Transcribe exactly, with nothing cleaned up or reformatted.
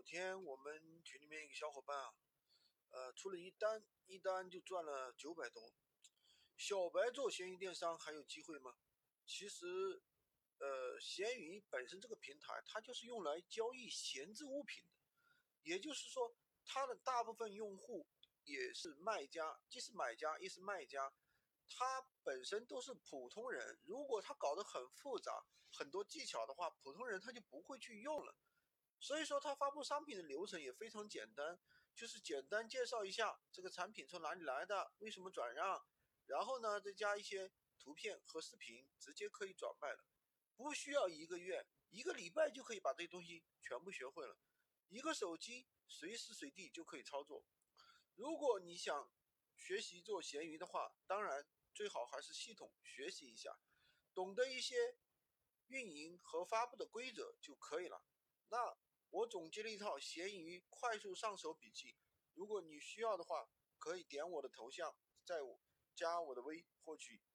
天我们群里面一个小伙伴啊，呃，出了一单，一单就赚了九百多。小白做闲鱼电商还有机会吗？其实，呃，闲鱼本身这个平台，它就是用来交易闲置物品的，也就是说，它的大部分用户也是卖家，既是买家也是卖家，他本身都是普通人。如果他搞得很复杂，很多技巧的话，普通人他就不会去用了。所以说，它发布商品的流程也非常简单，就是简单介绍一下这个产品从哪里来的，为什么转让，然后呢，再加一些图片和视频，直接可以转卖了。不需要一个月，一个礼拜就可以把这些东西全部学会了。一个手机随时随地就可以操作。如果你想学习做闲鱼的话，当然最好还是系统学习一下，懂得一些运营和发布的规则就可以了。那我总结了一套闲鱼快速上手笔记，如果你需要的话，可以点我的头像，在我加我的微获取